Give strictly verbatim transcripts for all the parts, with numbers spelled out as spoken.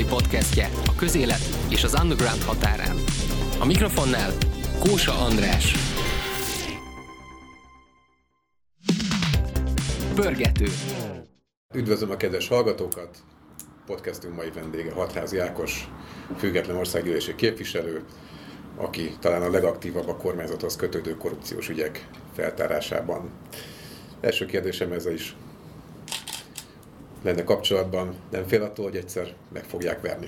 baloldali podcastje a közélet és az underground határán. A mikrofonnál Kósa András. Pörgető. Üdvözlöm a kedves hallgatókat! Podcastünk mai vendége Hatházi Ákos, független országgyűlési képviselő, aki talán a legaktívabb a kormányzathoz kötődő korrupciós ügyek feltárásában. Első kérdésem ezzel is lenne kapcsolatban. Nem fél attól, hogy egyszer meg fogják verni?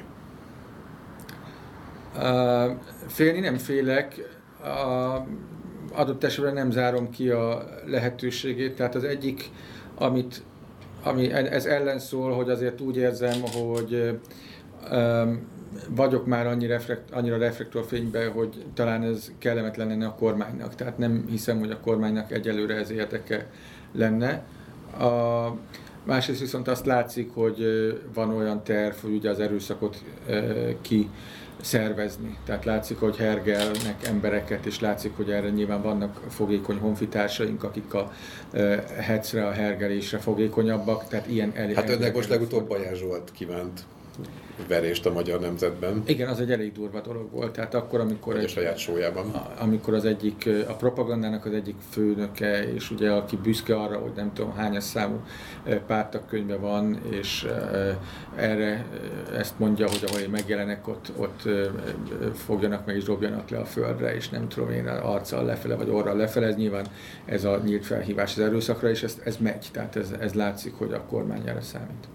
Uh, félni nem félek. Uh, adott esetben nem zárom ki a lehetőségét. Tehát az egyik, amit, ami ez ellen szól, hogy azért úgy érzem, hogy um, vagyok már annyi reflekt, annyira reflektorfényben, hogy talán ez kellemetlen lenne a kormánynak. Tehát nem hiszem, hogy a kormánynak egyelőre ez érdeke lenne. A másrészt viszont azt látszik, hogy van olyan terv, hogy ugye az erőszakot ki szervezni. Tehát látszik, hogy hergelnek embereket, és látszik, hogy erre nyilván vannak fogékony honfitársaink, akik a hecre, a hergelésre fogékonyabbak. Tehát ilyen elég. Hát önnek most legutóbb Bajár Zsolt kívánt verést a magyar nemzetben. Igen, az egy elég durva dolog volt. Tehát akkor, amikor, egy, a saját sójában. amikor az egyik, a propagandának az egyik főnöke, és ugye aki büszke arra, hogy nem tudom hányas számú párttagkönyve van, és erre ezt mondja, hogy ahol én megjelenek, ott, ott fogjanak meg és dobjanak le a földre, és nem tudom én arccal lefele, vagy orral lefele, ez nyilván ez a nyílt felhívás az erőszakra, és ez, ez megy. Tehát ez, ez látszik, hogy a kormány erre számít.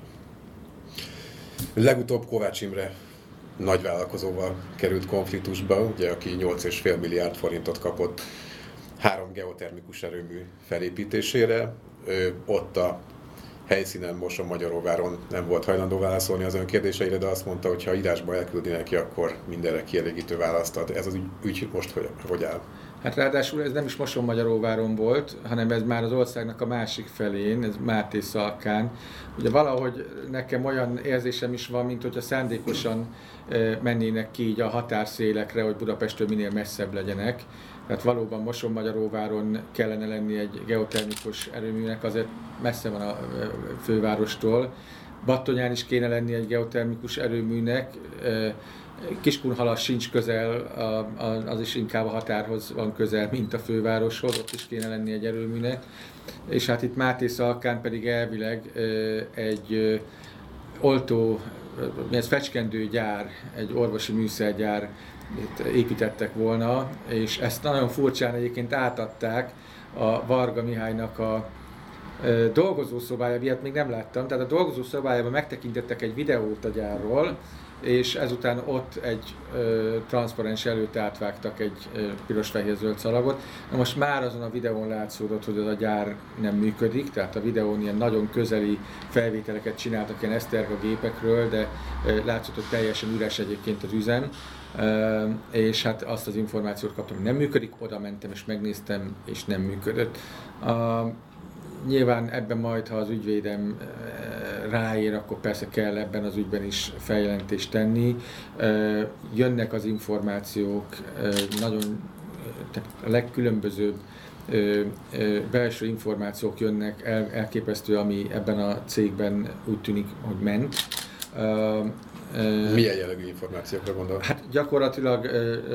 Legutóbb Kovács Imre nagyvállalkozóval került konfliktusba, ugye, aki nyolc egész öt milliárd forintot kapott három geotermikus erőmű felépítésére. Ő ott a helyszínen, Mosonmagyaróváron nem volt hajlandó válaszolni az ön kérdéseire, de azt mondta, hogy ha írásba elküldi neki, akkor mindenre kielégítő választ ad. Ez az ügy, ügy most hogy, hogy áll? Hát ráadásul ez nem is Mosonmagyaróváron volt, hanem ez már az országnak a másik felén, ez Máté Szalkán. Ugye valahogy nekem olyan érzésem is van, mint hogyha szándékosan mennének ki így a határszélekre, hogy Budapesttől minél messzebb legyenek. Tehát valóban Mosonmagyaróváron kellene lenni egy geotermikus erőműnek, azért messze van a fővárostól. Battonyán is kéne lenni egy geotermikus erőműnek. Kiskunhalas sincs közel, az is inkább a határhoz van közel, mint a fővároshoz, ott is kéne lenni egy erőműnek. És hát itt Máté Szalkán pedig elvileg egy oltó, ez fecskendőgyár, egy orvosi műszergyár építettek volna, és ezt nagyon furcsán egyébként átadták a Varga Mihálynak a dolgozószobájába, ilyet még nem láttam, tehát a dolgozószobájában megtekintettek egy videót a gyárról, és ezután ott egy ö, transzparens előtt átvágtak egy ö, piros-fehér-zöld szalagot. Na most már azon a videón látszódott, hogy az a gyár nem működik, tehát a videón ilyen nagyon közeli felvételeket csináltak ilyen Eszterga gépekről, de ö, látszott, hogy teljesen üres egyébként az üzem, ö, és hát azt az információt kaptam, hogy nem működik, oda mentem és megnéztem, és nem működött. A, Nyilván ebben majd, ha az ügyvédem ráér, akkor persze kell ebben az ügyben is feljelentést tenni. Jönnek az információk, nagyon tehát a legkülönbözőbb belső információk jönnek, el, elképesztő, ami ebben a cégben úgy tűnik, hogy ment. Milyen jellegű információkra gondol? Hát gyakorlatilag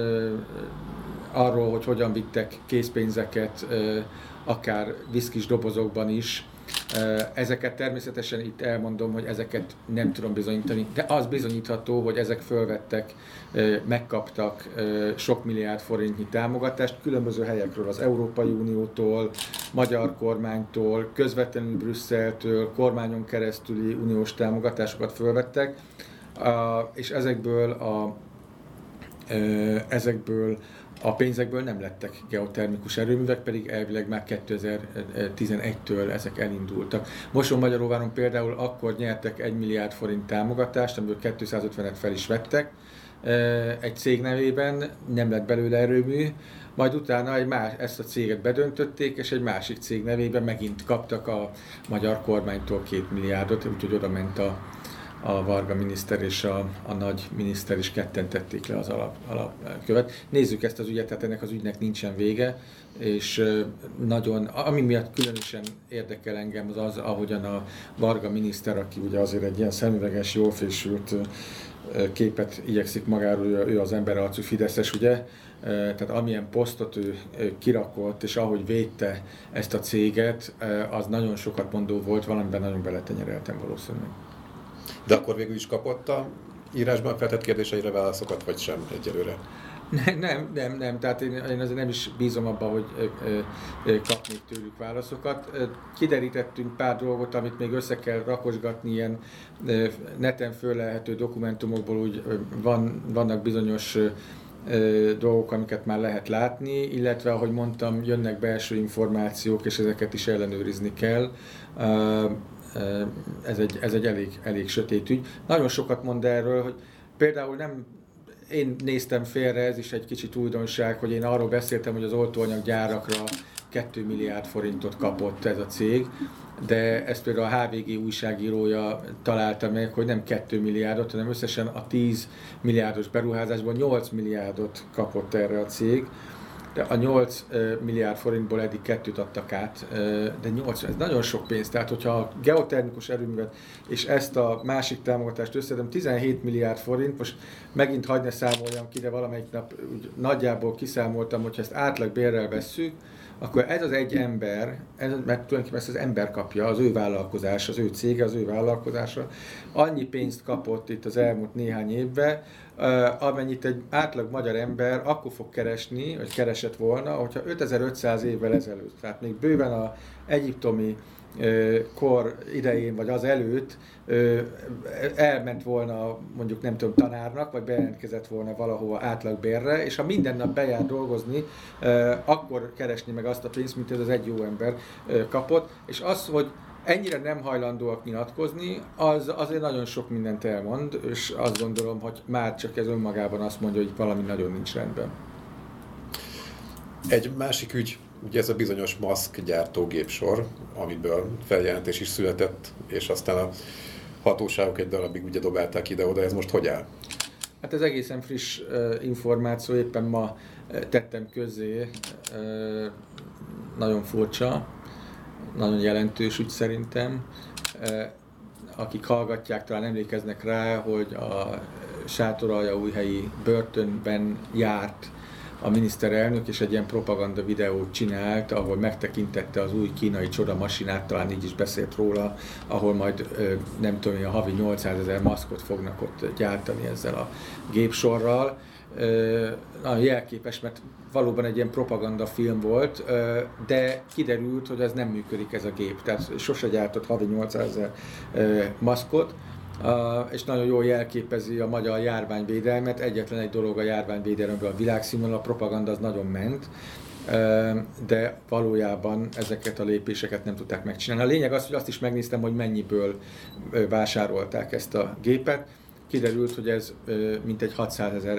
arról, hogy hogyan vittek készpénzeket, akár viszkis dobozokban is. Ezeket természetesen itt elmondom, hogy ezeket nem tudom bizonyítani, de az bizonyítható, hogy ezek fölvettek, megkaptak sok milliárd forintnyi támogatást különböző helyekről, az Európai Uniótól, magyar kormánytól, közvetlenül Brüsszeltől, kormányon keresztüli uniós támogatásokat fölvettek, és ezekből a, ezekből A pénzekből nem lettek geotermikus erőművek, pedig elvileg már kétezer-tizenegytől ezek elindultak. Mosonmagyaróváron például akkor nyertek egy milliárd forint támogatást, amiből kétszázötvenet fel is vettek egy cég nevében, nem lett belőle erőmű, majd utána egy más, ezt a céget bedöntötték, és egy másik cég nevében megint kaptak a magyar kormánytól két milliárdot, úgyhogy oda ment a a Varga miniszter és a, a nagy miniszter is ketten tették le az alap, alapkövet. Nézzük ezt az ügyet, tehát ennek az ügynek nincsen vége, és nagyon, ami miatt különösen érdekel engem az az, ahogyan a Varga miniszter, aki ugye azért egy ilyen szemüveges, jól fésült képet igyekszik magáról, ő az emberarcú fideszes, ugye? Tehát amilyen posztot ő kirakott, és ahogy védte ezt a céget, az nagyon sokat mondó volt, valamiben nagyon beletenyereltem valószínűleg. De akkor végül is kapott a írásban feltett kérdéseire válaszokat, vagy sem egyelőre? Nem, nem, nem, nem. Tehát én, én azért nem is bízom abban, hogy kapnék tőlük válaszokat. Kiderítettünk pár dolgot, amit még össze kell rakosgatni, ilyen neten föllelhető dokumentumokból, úgy van, vannak bizonyos dolgok, amiket már lehet látni, illetve, ahogy mondtam, jönnek belső információk, és ezeket is ellenőrizni kell. Ez egy, ez egy elég, elég sötét ügy. Nagyon sokat mond erről, hogy például nem én néztem félre, ez is egy kicsit újdonság, hogy én arról beszéltem, hogy az oltóanyaggyárakra két milliárd forintot kapott ez a cég, de ezt például a há vé gé újságírója találta meg, hogy nem két milliárdot, hanem összesen a tíz milliárdos beruházásban nyolc milliárdot kapott erre a cég. De a nyolc milliárd forintból eddig kettőt adtak át, de nyolc, ez nagyon sok pénz. Tehát, hogyha a geotermikus erőművet és ezt a másik támogatást összedem, tizenhét milliárd forint, most megint hagyj ne számoljam ki, de valamelyik nap úgy nagyjából kiszámoltam, hogyha ezt átlagbérrel vesszük, akkor ez az egy ember, ez, mert tulajdonképpen ezt az ember kapja, az ő vállalkozás, az ő cége, az ő vállalkozása, annyi pénzt kapott itt az elmúlt néhány évben, amennyit egy átlag magyar ember akkor fog keresni, vagy keresett volna, hogyha ötezer-ötszáz évvel ezelőtt, tehát még bőven az egyiptomi kor idején, vagy az előtt elment volna mondjuk nem tudom tanárnak, vagy bejelentkezett volna valahova átlagbérre, és ha minden nap bejár dolgozni, akkor keresni meg azt a pénzt, mint ez az egy jó ember kapott, és az, hogy ennyire nem hajlandóak nyilatkozni, az azért nagyon sok mindent elmond, és azt gondolom, hogy már csak ez önmagában azt mondja, hogy valami nagyon nincs rendben. Egy másik ügy, ugye ez a bizonyos maszkgyártó gépsor, amiből feljelentés is született, és aztán a hatóságok egy darabig ugye dobálták ide-oda, ez most hogy áll? Hát ez egészen friss uh, információ, éppen ma uh, tettem közzé, uh, nagyon furcsa, nagyon jelentős ügy szerintem. Uh, akik hallgatják, talán emlékeznek rá, hogy a Sátoraljaújhelyi börtönben járt a miniszterelnök, és egy ilyen propaganda videót csinált, ahol megtekintette az új kínai csoda masinát, talán így is beszélt róla, ahol majd nem tudom, a havi nyolcszázezer maszkot fognak ott gyártani ezzel a gépsorral. Nagyon jelképes, mert valóban egy ilyen propaganda film volt, de kiderült, hogy ez nem működik ez a gép, tehát sose gyártott havi nyolcszázezer maszkot, Uh, és nagyon jól jelképezi a magyar járványvédelmet. Egyetlen egy dolog a járványvédelemben a világszínvonal, a propaganda az nagyon ment, uh, de valójában ezeket a lépéseket nem tudták megcsinálni. A lényeg az, hogy azt is megnéztem, hogy mennyiből uh, vásárolták ezt a gépet. Kiderült, hogy ez uh, mintegy hatszázezer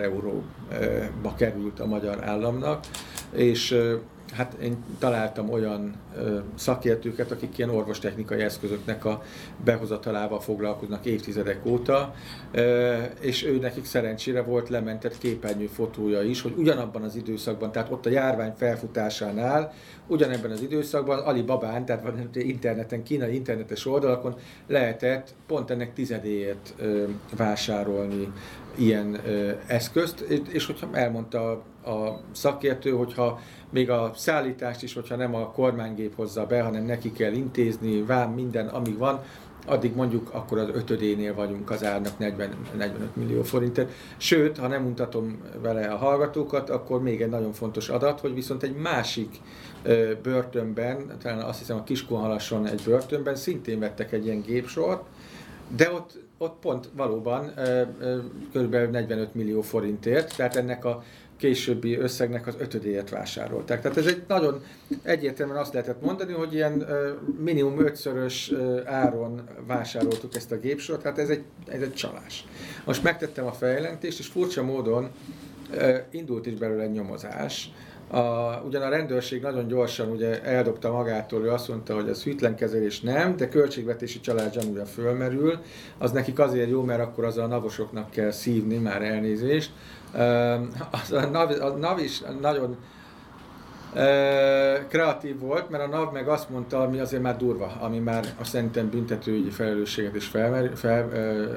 euróba került a magyar államnak, és uh, hát én találtam olyan ö, szakértőket, akik ilyen orvostechnikai eszközöknek a behozatalával foglalkoznak évtizedek óta, ö, és ő nekik szerencsére volt lementett képernyő fotója is, hogy ugyanabban az időszakban, tehát ott a járvány felfutásánál, ugyanebben az időszakban Alibabán, tehát interneten, kínai internetes oldalakon lehetett pont ennek tizedéért ö, vásárolni ilyen ö, eszközt, és, és hogyha elmondta a, a szakértő, hogyha még a szállítást is, hogyha nem a kormánygép hozza be, hanem neki kell intézni, vám, minden, ami van, addig mondjuk akkor az ötödénél vagyunk az árnak negyven-negyvenöt millió forintért. Sőt, ha nem mutatom vele a hallgatókat, akkor még egy nagyon fontos adat, hogy viszont egy másik ö, börtönben, talán azt hiszem a Kiskunhalason egy börtönben szintén vettek egy ilyen gépsort, de ott, ott pont valóban ö, ö, kb. negyvenöt millió forintért, tehát ennek a későbbi összegnek az ötödéért vásárolták. Tehát ez egy nagyon egyértelműen azt lehetett mondani, hogy ilyen uh, minimum ötszörös uh, áron vásároltuk ezt a gépsort, hát ez egy, ez egy csalás. Most megtettem a feljelentést, és furcsa módon uh, indult is belőle egy nyomozás. A, ugyan a rendőrség nagyon gyorsan ugye eldobta magától, ő azt mondta, hogy ez hűtlenkezelés nem, de költségvetési csalás gyanúja fölmerül. Az nekik azért jó, mert akkor az a navosoknak kell szívni, már elnézést. Az a NAV, a NAV is nagyon kreatív volt, mert a NAV meg azt mondta, ami azért már durva, ami már azt szerintem büntetőügyi felelősséget is felver, fel,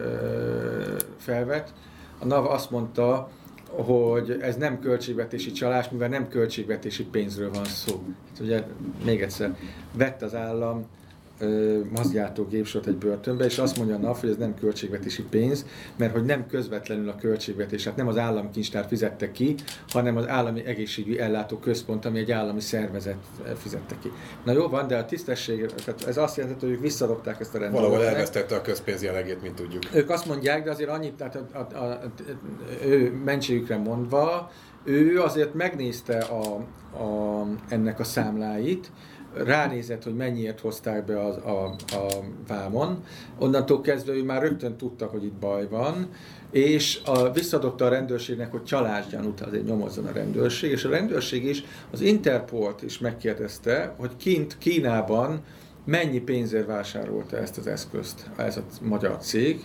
felvet. A NAV azt mondta, hogy ez nem költségvetési csalás, mivel nem költségvetési pénzről van szó. Ugye még egyszer, vett az állam mazgyártó gépsort egy börtönbe, és azt mondja a NAV, hogy ez nem költségvetési pénz, mert hogy nem közvetlenül a költségvetés, hát nem az állami kincstár fizette ki, hanem az állami egészségügyi ellátó központ, ami egy állami szervezet fizette ki. Na jó van, de a tisztesség, tehát ez azt jelenti, hogy ők visszadobták ezt a rendet. Valahol elvesztette a közpénz jellegét, mint tudjuk. Ők azt mondják, de azért annyit, tehát a, a, a, a, ő mentségükre mondva, ő azért megnézte a, a, ennek a számláit, ránézett, hogy mennyiért hozták be az, a, a vámon, onnantól kezdve ő már rögtön tudta, hogy itt baj van, és a, visszadobta a rendőrségnek, hogy csalásgyanút azért nyomozzon a rendőrség, és a rendőrség is, az Interpolt is megkérdezte, hogy kint Kínában mennyi pénzért vásárolta ezt az eszközt, ez a magyar cég,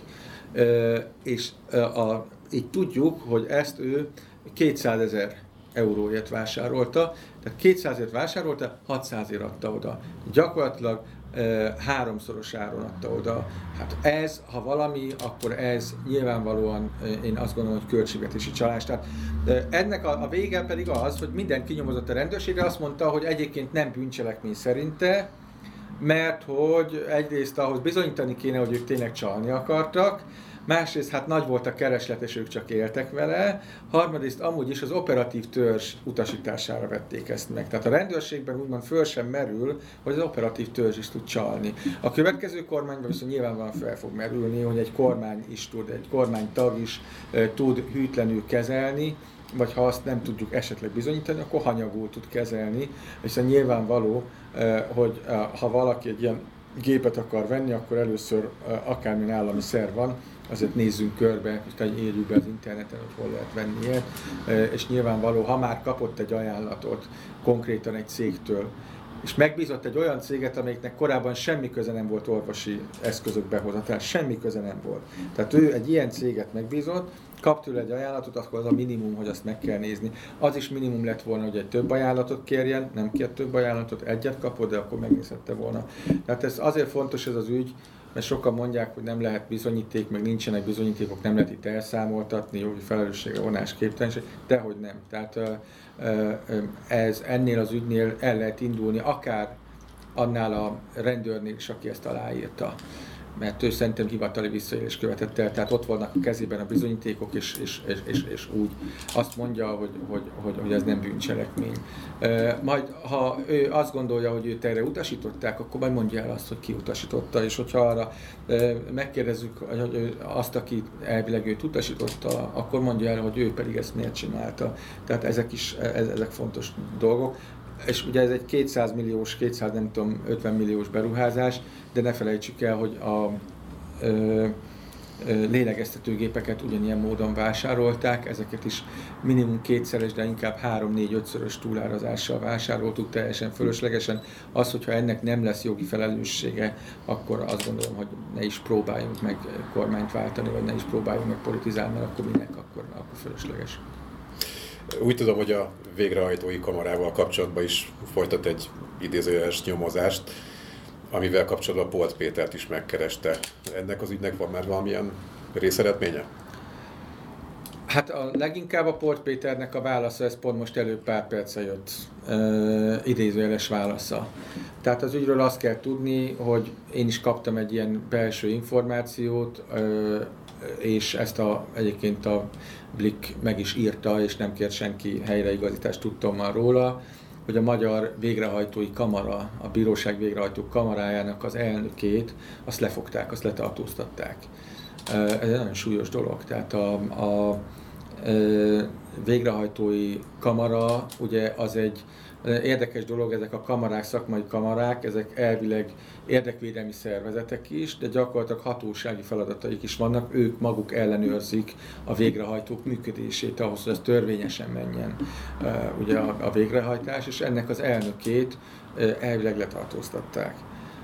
és a, így tudjuk, hogy ezt ő kétszázezer euróért vásárolta, tehát kétszázért vásárolta, hatszázért adta oda. Gyakorlatilag e, háromszoros áron adta oda. Hát ez, ha valami, akkor ez nyilvánvalóan én azt gondolom, hogy költségvetési csalás. Tehát e, ennek a, a vége pedig az, hogy minden kinyomozott a rendőrségre, azt mondta, hogy egyébként nem bűncselekmény szerinte, mert hogy egyrészt ahhoz bizonyítani kéne, hogy ők tényleg csalni akartak, másrészt hát nagy volt a kereslet, és ők csak éltek vele, harmadrészt amúgy is az operatív törzs utasítására vették ezt meg. Tehát a rendőrségben úgymond föl sem merül, hogy az operatív törzs is tud csalni. A következő kormányban viszont nyilvánvalóan fel fog merülni, hogy egy kormány is tud, egy kormánytag is e, tud hűtlenül kezelni, vagy ha azt nem tudjuk esetleg bizonyítani, akkor hanyagul tud kezelni, hiszen nyilvánvaló, e, hogy e, ha valaki egy ilyen gépet akar venni, akkor először e, akármilyen állami szerv van, azért nézzünk körbe, és érjük be az interneten, hogy hol lehet venni ilyet, és nyilvánvaló, ha már kapott egy ajánlatot konkrétan egy cégtől, és megbízott egy olyan céget, amelyiknek korábban semmi köze nem volt orvosi eszközök behozatásához, semmi köze nem volt. Tehát ő egy ilyen céget megbízott, kap tőle egy ajánlatot, akkor az a minimum, hogy azt meg kell nézni. Az is minimum lett volna, hogy egy több ajánlatot kérjen, nem kért több ajánlatot, egyet kapott, de akkor megnézhette volna. Tehát ez azért fontos ez az ügy, mert sokan mondják, hogy nem lehet bizonyíték, meg nincsenek bizonyítékok, nem lehet itt elszámoltatni, jogi felelősségre vonás képtelenség, dehogy nem. Tehát ez ennél az ügynél el lehet indulni, akár annál a rendőrnél is, aki ezt aláírta. Mert ő szerintem hivatali visszaélés követett el, tehát ott vannak a kezében a bizonyítékok, és, és, és, és, és úgy azt mondja, hogy, hogy, hogy, hogy ez nem bűncselekmény. E, majd ha ő azt gondolja, hogy őt erre utasították, akkor majd mondja el azt, hogy ki utasította, és hogyha arra e, megkérdezzük hogy ő, azt, aki elvileg őt utasította, akkor mondja el, hogy ő pedig ezt miért csinálta. Tehát ezek is ezek fontos dolgok. És ugye ez egy kétszáz milliós, kétszáz nem tudom, ötven milliós beruházás, de ne felejtsük el, hogy a ö, ö, lélegeztetőgépeket ugyanilyen módon vásárolták, ezeket is minimum kétszeres, de inkább három-négy-ötszörös túlárazással vásároltuk, teljesen fölöslegesen. Az, hogyha ennek nem lesz jogi felelőssége, akkor azt gondolom, hogy ne is próbáljunk meg kormányt váltani, vagy ne is próbáljunk meg politizálni, mert akkor minek, akkor, akkor fölösleges. Úgy tudom, hogy a végrehajtói kamarával kapcsolatban is folytat egy idézőjeles nyomozást, amivel kapcsolatban Polt Pétert is megkereste. Ennek az ügynek van már valamilyen részeredménye? Hát a leginkább a Polt Péternek a válasza, ez pont most előbb pár perce jött, uh, idézőjeles válasza. Tehát az ügyről azt kell tudni, hogy én is kaptam egy ilyen belső információt, uh, és ezt a, egyébként a Blik meg is írta, és nem kért senki helyreigazítást, tudtam már róla, hogy a Magyar Végrehajtói Kamara, a Bíróság Végrehajtó Kamarájának az elnökét, azt lefogták, azt letartóztatták. Ez egy nagyon súlyos dolog. Tehát a, a Végrehajtói Kamara, ugye az egy érdekes dolog, ezek a kamarák, szakmai kamarák, ezek elvileg érdekvédelmi szervezetek is, de gyakorlatilag hatósági feladataik is vannak, ők maguk ellenőrzik a végrehajtók működését ahhoz, hogy ez törvényesen menjen ugye a, a végrehajtás, és ennek az elnökét elvileg letartóztatták.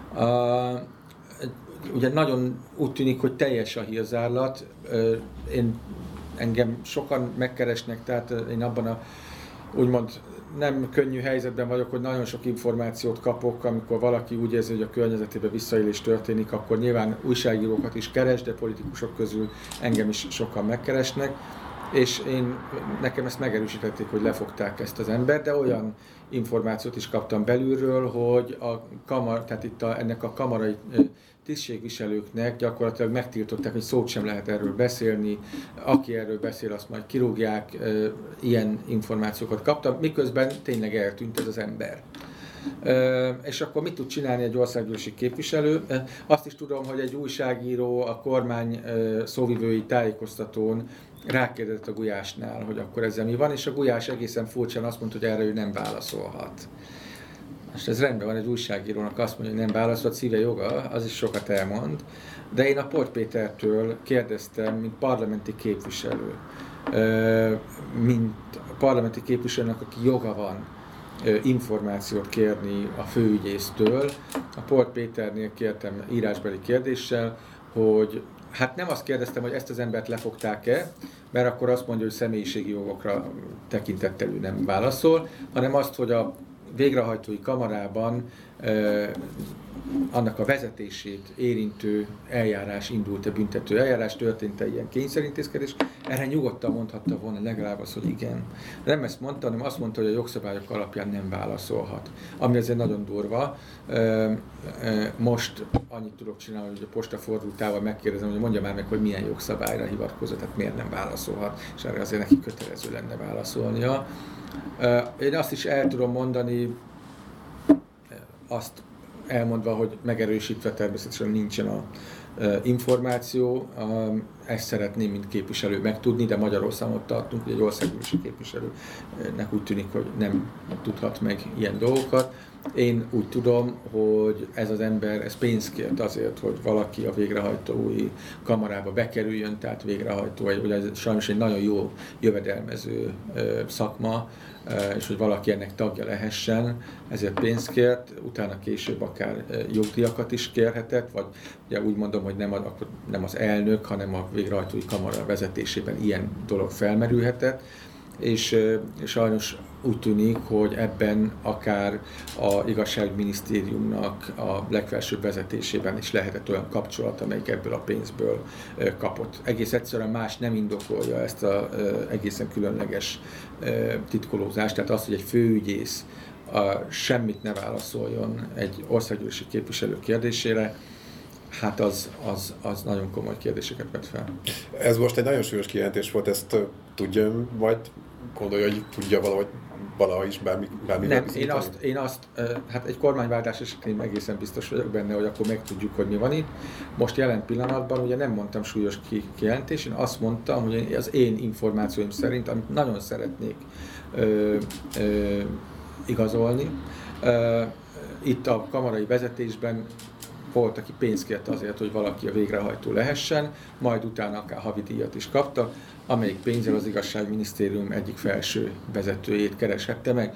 Ugye nagyon úgy tűnik, hogy teljes a hírzárlat, én, engem sokan megkeresnek, tehát én abban a úgymond nem könnyű helyzetben vagyok, hogy nagyon sok információt kapok, amikor valaki úgy érzi, hogy a környezetében visszaélés történik, akkor nyilván újságírókat is keres, de politikusok közül engem is sokan megkeresnek, és én, nekem ezt megerősítették, hogy lefogták ezt az embert, de olyan információt is kaptam belülről, hogy a kamar, tehát itt a, ennek a kamarai tisztségviselőknek gyakorlatilag megtiltották, hogy szót sem lehet erről beszélni, aki erről beszél, azt majd kirúgják, ilyen információkat kaptam, miközben tényleg eltűnt ez az ember. És akkor mit tud csinálni egy országgyűlési képviselő? Azt is tudom, hogy egy újságíró a kormány szóvivői tájékoztatón rákérdezett a Gulyásnál, hogy akkor ezzel mi van, és a Gulyás egészen furcsán azt mondta, hogy erre ő nem válaszolhat. Most ez rendben van, egy újságírónak azt mondja, hogy nem válaszolhat, szíve joga, az is sokat elmond, de én a Port Pétertől kérdeztem, mint parlamenti képviselő, mint parlamenti képviselőnek, aki joga van információt kérni a főügyésztől. A Port Péternél kértem írásbeli kérdéssel, hogy hát nem azt kérdeztem, hogy ezt az embert lefogták-e, mert akkor azt mondja, hogy személyiségi jogokra tekintettel ő nem válaszol, hanem azt, hogy a végrehajtói kamarában eh, annak a vezetését érintő eljárás indult-e, büntető eljárás, történt-e ilyen kényszerintézkedés, erre nyugodtan mondhatta volna legalább az, hogy igen. Nem ezt mondta, hanem azt mondta, hogy a jogszabályok alapján nem válaszolhat. Ami azért nagyon durva. Most annyit tudok csinálni, hogy a postafordultával megkérdezem, hogy mondja már meg, hogy milyen jogszabályra hivatkozott, tehát miért nem válaszolhat, és erre azért neki kötelező lenne válaszolnia. Én azt is el tudom mondani, azt elmondva, hogy megerősítve természetesen nincsen a információ, ezt szeretném, mint képviselő megtudni, de Magyarországon ott tartunk, hogy egy országgyűlési képviselőnek úgy tűnik, hogy nem tudhat meg ilyen dolgokat. Én úgy tudom, hogy ez az ember, ez pénzt kért azért, hogy valaki a végrehajtói kamarába bekerüljön, tehát végrehajtó, vagy ez sajnos egy nagyon jó jövedelmező szakma, és hogy valaki ennek tagja lehessen, ezért pénzt kért, utána később akár jogdíjakat is kérhetett, vagy ugye úgy mondom, hogy nem, akkor nem az elnök, hanem a végrehajtói kamara vezetésében ilyen dolog felmerülhetett, és sajnos úgy tűnik, hogy ebben akár a igazságminisztériumnak a legfelsőbb vezetésében is lehetett olyan kapcsolat, amelyik ebből a pénzből kapott. Egész egyszerűen más nem indokolja ezt az egészen különleges titkolózást, tehát az, hogy egy főügyész semmit ne válaszoljon egy országgyűlési képviselő kérdésére, hát az, az, az nagyon komoly kérdéseket vet fel. Ez most egy nagyon súlyos kijelentés volt, ezt tudja, majd gondolja, hogy tudja valahogy valahogy is bármi, bármi Nem, én azt, én azt, hát egy kormányváltás esetén egészen biztos vagyok benne, hogy akkor megtudjuk, hogy mi van itt. Most jelen pillanatban ugye nem mondtam súlyos kijelentés, én azt mondtam, hogy az én információim szerint, amit nagyon szeretnék ö, ö, igazolni, ö, itt a kamarai vezetésben volt, aki pénzt kért azért, hogy valaki a végrehajtó lehessen, majd utána akár havidíjat is kapta, amelyik pénzzel az igazságminisztérium egyik felső vezetőjét kereshette meg.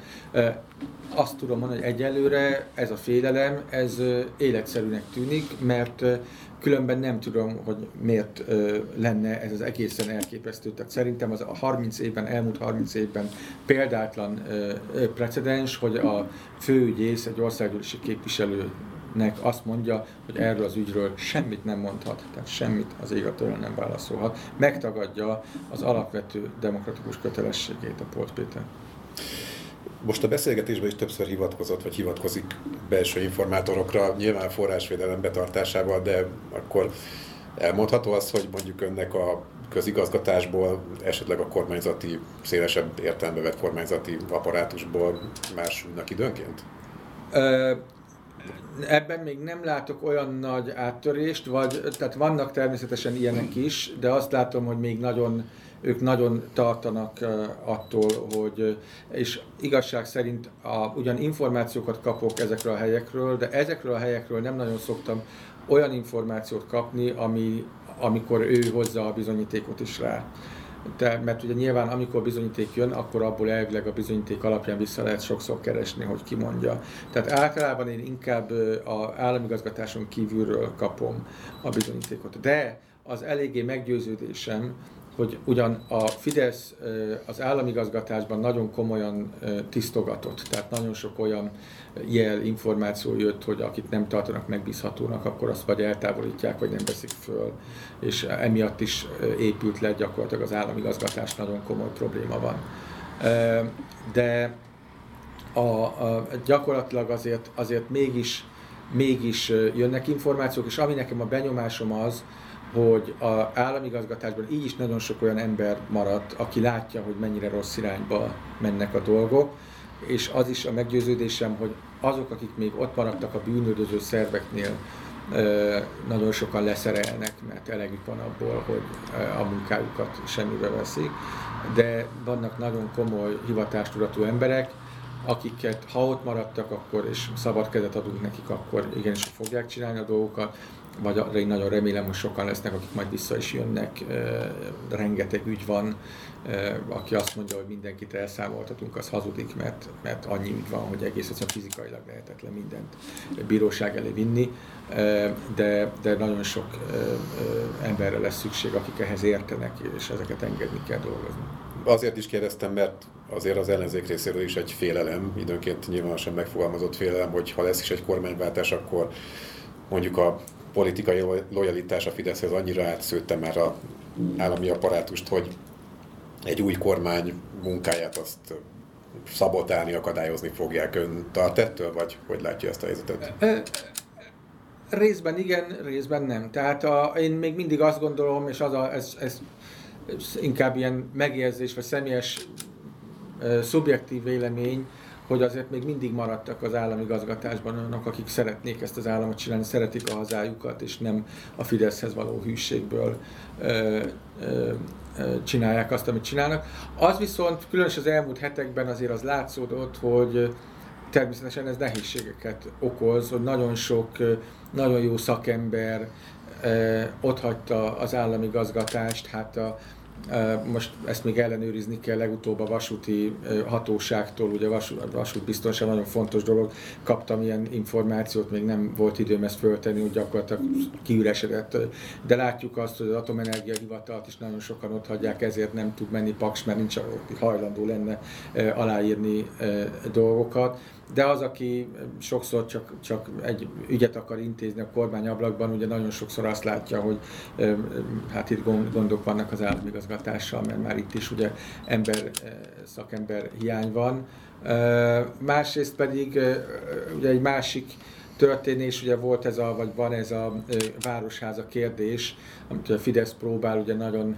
Azt tudom mondani, hogy egyelőre ez a félelem, ez életszerűnek tűnik, mert különben nem tudom, hogy miért lenne ez az egészen elképesztő. Tehát szerintem az a harminc évben, elmúlt harminc évben példátlan precedens, hogy a főügyész, egy országgyűlési képviselő nek azt mondja, hogy erről az ügyről semmit nem mondhat, tehát semmit az égatőről nem válaszolhat. Megtagadja az alapvető demokratikus kötelességét a Port Péter. Most a beszélgetésben is többször hivatkozott, vagy hivatkozik belső informátorokra, nyilván forrásvédelem betartásával, de akkor elmondható az, hogy mondjuk önnek a közigazgatásból, esetleg a kormányzati, szélesebb értelembe vett kormányzati apparátusból másulnak időnként? Ö- Ebben még nem látok olyan nagy áttörést, vagy, tehát vannak természetesen ilyenek is, de azt látom, hogy még nagyon, ők nagyon tartanak attól, hogy, és igazság szerint a, ugyan információkat kapok ezekről a helyekről, de ezekről a helyekről nem nagyon szoktam olyan információt kapni, ami, amikor ő hozza a bizonyítékot is rá. De, mert ugye nyilván amikor bizonyíték jön, akkor abból elvileg a bizonyíték alapján vissza lehet sokszor keresni, hogy ki mondja. Tehát általában én inkább az államigazgatáson kívülről kapom a bizonyítékot. De az eléggé meggyőződésem, hogy ugyan a Fidesz az államigazgatásban nagyon komolyan tisztogatott, tehát nagyon sok olyan jel, információ jött, hogy akit nem tartanak megbízhatónak, akkor azt vagy eltávolítják, vagy nem veszik föl, és emiatt is épült le gyakorlatilag az államigazgatás, nagyon komoly probléma van. De a, a, gyakorlatilag azért, azért mégis, mégis jönnek információk, és ami nekem a benyomásom az, hogy az államigazgatásban így is nagyon sok olyan ember maradt, aki látja, hogy mennyire rossz irányba mennek a dolgok, és az is a meggyőződésem, hogy azok, akik még ott maradtak a bűnöldöző szerveknél, nagyon sokan leszerelnek, mert elegük van abból, hogy a munkájukat semmibe veszik, de vannak nagyon komoly hivatástudatú emberek, akiket ha ott maradtak, akkor és szabad kezet adunk nekik, akkor igenis fogják csinálni a dolgokat, vagy én nagyon remélem, hogy sokan lesznek, akik majd vissza is jönnek. Rengeteg ügy van, aki azt mondja, hogy mindenkit elszámoltatunk, az hazudik, mert, mert annyi ügy van, hogy egész egyszerűen fizikailag lehetetlen mindent bíróság elé vinni, de, de nagyon sok emberre lesz szükség, akik ehhez értenek, és ezeket engedni kell dolgozni. Azért is kérdeztem, mert azért az ellenzék részéről is egy félelem, időnként nyilvánosan megfogalmazott félelem, hogy ha lesz is egy kormányváltás, akkor mondjuk a politikai lojalitás a Fideszhez annyira átszőtte már az állami apparátust, hogy egy új kormány munkáját azt szabotálni, akadályozni fogják. Ön tart ettől, vagy hogy látja ezt a helyzetet? Részben igen, részben nem. Tehát a, én még mindig azt gondolom, és az a, ez, ez, ez inkább ilyen megérzés, vagy személyes szubjektív vélemény, hogy azért még mindig maradtak az államigazgatásban olyanok, akik szeretnék ezt az államot csinálni, szeretik a hazájukat, és nem a Fideszhez való hűségből ö, ö, ö, csinálják azt, amit csinálnak. Az viszont különös az elmúlt hetekben azért az látszódott, hogy természetesen ez nehézségeket okoz, hogy nagyon sok, nagyon jó szakember ö, otthagyta az államigazgatást, hát a most ezt még ellenőrizni kell legutóbb a vasúti hatóságtól, ugye a vasútbiztonság nagyon fontos dolog, kaptam ilyen információt, még nem volt időm ezt föltenni, hogy gyakorlatilag kiüresedett, de látjuk azt, hogy az Atomenergia Hivatalt is nagyon sokan ott hagyják, ezért nem tud menni Paks, mert nincs hajlandó lenne aláírni dolgokat. De az, aki sokszor csak, csak egy ügyet akar intézni a kormányablakban, ugye nagyon sokszor azt látja, hogy hát itt gondok vannak az államigazgatással, mert már itt is ugye ember, szakember hiány van. Másrészt pedig ugye egy másik történés, ugye volt ez a, vagy van ez a városháza kérdés, amit a Fidesz próbál ugye nagyon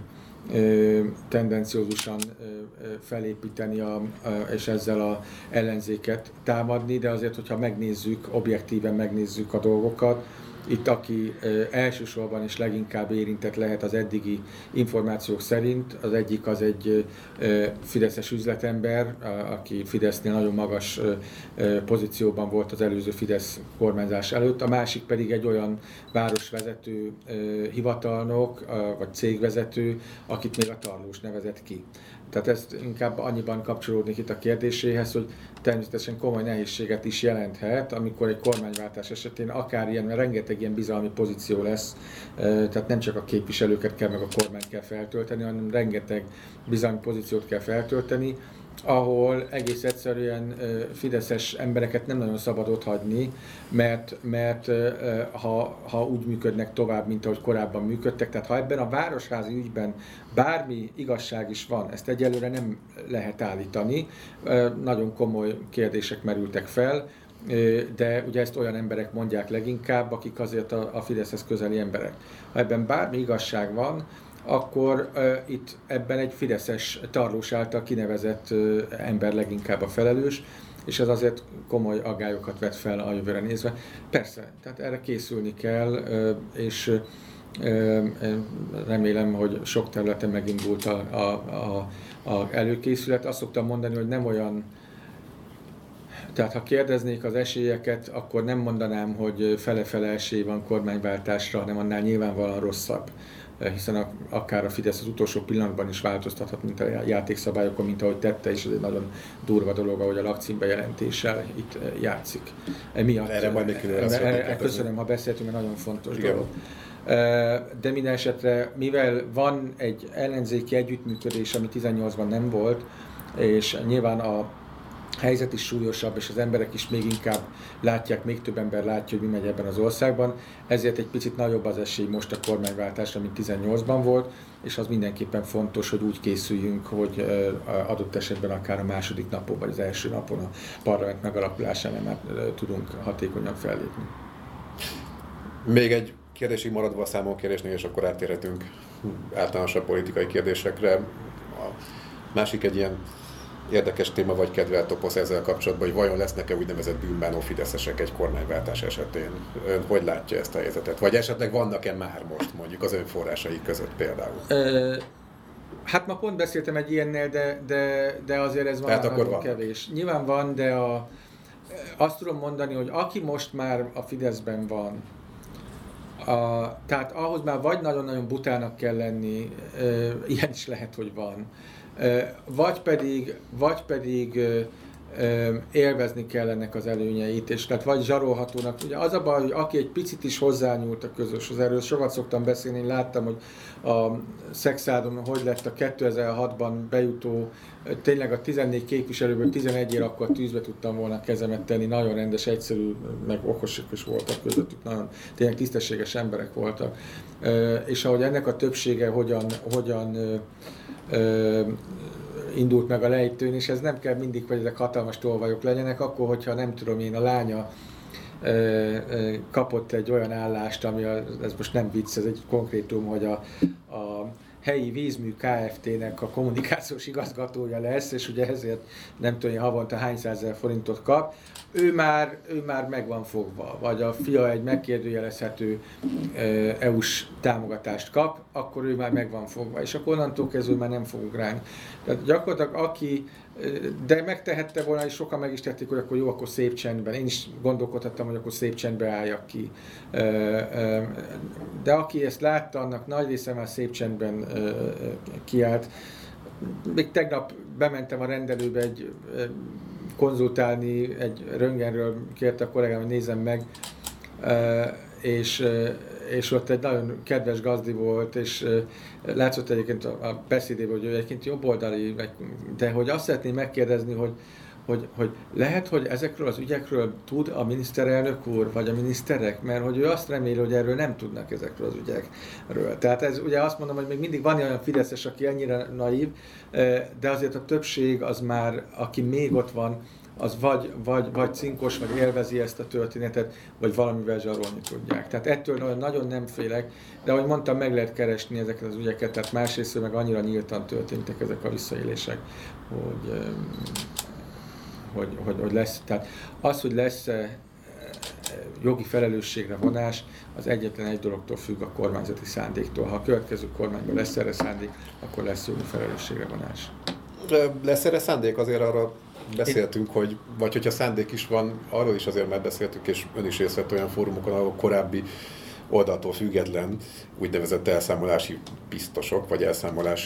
tendenciózusan felépíteni a, a, és ezzel az ellenzéket támadni, de azért, hogyha megnézzük, objektíven megnézzük a dolgokat, itt aki elsősorban és leginkább érintett lehet az eddigi információk szerint, az egyik az egy fideszes üzletember, aki Fidesznél nagyon magas pozícióban volt az előző Fidesz kormányzás előtt, a másik pedig egy olyan városvezető hivatalnok vagy cégvezető, akit még a Tarlós nevezett ki. Tehát ezt inkább annyiban kapcsolódnék itt a kérdéséhez, hogy természetesen komoly nehézséget is jelenthet, amikor egy kormányváltás esetén akár ilyen, mert rengeteg ilyen bizalmi pozíció lesz, tehát nem csak a képviselőket kell, meg a kormányt kell feltölteni, hanem rengeteg bizalmi pozíciót kell feltölteni, ahol egész egyszerűen fideszes embereket nem nagyon szabad otthagyni, mert, mert ha, ha úgy működnek tovább, mint ahogy korábban működtek, tehát ha ebben a városházi ügyben bármi igazság is van, ezt egyelőre nem lehet állítani, nagyon komoly kérdések merültek fel, de ugye ezt olyan emberek mondják leginkább, akik azért a, a Fideszhez közeli emberek. Ha ebben bármi igazság van, akkor uh, itt ebben egy fideszes Tarlós által kinevezett uh, ember leginkább a felelős, és ez azért komoly aggályokat vet fel a jövőre nézve. Persze, tehát erre készülni kell, uh, és uh, remélem, hogy sok területen megindult a, a, a, a előkészület. Azt szoktam mondani, hogy nem olyan, tehát ha kérdeznék az esélyeket, akkor nem mondanám, hogy fele-fele esély van kormányváltásra, hanem annál nyilvánvalóan rosszabb. Hiszen a, akár a Fidesz az utolsó pillanatban is változtathat, mint a játékszabályokon, mint ahogy tette, és ez egy nagyon durva dolog, ahogy a lakcímbejelentéssel itt játszik. Emiatt, Erre majd még külön Köszönöm, ha beszéltünk, mert nagyon fontos Igen. dolog. De minden esetre, mivel van egy ellenzéki együttműködés, ami tizennyolcban nem volt, és nyilván a helyzet is súlyosabb, és az emberek is még inkább látják, még több ember látja, hogy mi megy ebben az országban, ezért egy picit nagyobb az esély most a kormányváltásra, mint tizennyolcban volt, és az mindenképpen fontos, hogy úgy készüljünk, hogy adott esetben akár a második napon, vagy az első napon a parlament megalakulásánál már tudunk hatékonyan fellépni. Még egy kérdésig maradva a számonkérésnél, és akkor átérhetünk általánosabb politikai kérdésekre. A másik egy ilyen érdekes téma vagy kedvelt toposz ezzel kapcsolatban, hogy vajon lesznek-e úgynevezett bűnbánó fideszesek egy kormányváltás esetén? Ön hogy látja ezt a helyzetet? Vagy esetleg vannak-e már most, mondjuk az önforrásai között például? Ö, hát ma pont beszéltem egy ilyennel, de, de, de azért ez van nagyon kevés. Nyilván van, de a, azt tudom mondani, hogy aki most már a Fideszben van, a, tehát ahhoz már vagy nagyon-nagyon butának kell lenni, ö, ilyen is lehet, hogy van, vagy pedig, vagy pedig élvezni kell ennek az előnyeit, és tehát vagy zsarolhatónak. Ugye az a baj, hogy aki egy picit is hozzányúlt a közöshoz, erről sokat szoktam beszélni, én láttam, hogy a Szexádon hogy lett a kétezer-hatban bejutó, tényleg a tizennégy képviselőből tizenegyért akkor tűzbe tudtam volna kezemet tenni, nagyon rendes, egyszerű, meg okosok is voltak közöttük, nagyon tényleg tisztességes emberek voltak. És ahogy ennek a többsége hogyan, hogyan Ö, indult meg a lejtőn, és ez nem kell mindig, hogy ezek hatalmas tolvajok legyenek, akkor, hogyha nem tudom én, a lánya ö, ö, kapott egy olyan állást, ami a, ez most nem vicc, ez egy konkrétum, hogy a, a helyi vízmű Kft-nek a kommunikációs igazgatója lesz, és ugye ezért nem tudom, havonta hány százezer forintot kap, ő már, ő már meg van fogva, vagy a fia egy megkérdőjelezhető é u-s támogatást kap, akkor ő már meg van fogva, és akkor onnantól kezdve már nem fog ugrálni. Tehát gyakorlatilag aki, de megtehette volna, és sokan meg is tették, hogy akkor jó, akkor szép csendben. Én is gondolkodhattam, hogy akkor szép csendben álljak ki. De aki ezt látta, annak nagy része már szép csendben kiállt. Még tegnap bementem a rendelőbe egy konzultálni, egy röntgenről kérte a kollégám, hogy nézem meg, és, és ott egy nagyon kedves gazdi volt, és látszott egyébként a beszédében, hogy ő egyébként jobboldali, de hogy azt szeretném megkérdezni, hogy, hogy, hogy lehet, hogy ezekről az ügyekről tud a miniszterelnök úr, vagy a miniszterek, mert hogy ő azt reméli, hogy erről nem tudnak ezekről az ügyekről. Tehát ez ugye azt mondom, hogy még mindig van olyan fideszes, aki ennyire naív, de azért a többség az már, aki még ott van, az vagy, vagy, vagy cinkos, vagy élvezi ezt a történetet, vagy valamivel zsarolni tudják. Tehát ettől nagyon nem félek, de ahogy mondtam, meg lehet keresni ezeket az ügyeket, tehát másrészt meg annyira nyíltan történtek ezek a visszaélések, hogy, hogy, hogy, hogy lesz. Tehát az, hogy lesz jogi felelősségre vonás, az egyetlen egy dologtól függ, a kormányzati szándéktól. Ha a következő kormányban lesz erre szándék, akkor lesz jogi felelősségre vonás. Lesz erre szándék? Azért arra beszéltünk, hogy, vagy hogyha szándék is van, arról is azért már beszéltünk, és ön is részt vett olyan fórumokon, ahol korábbi oldaltól független úgynevezett elszámolási biztosok, vagy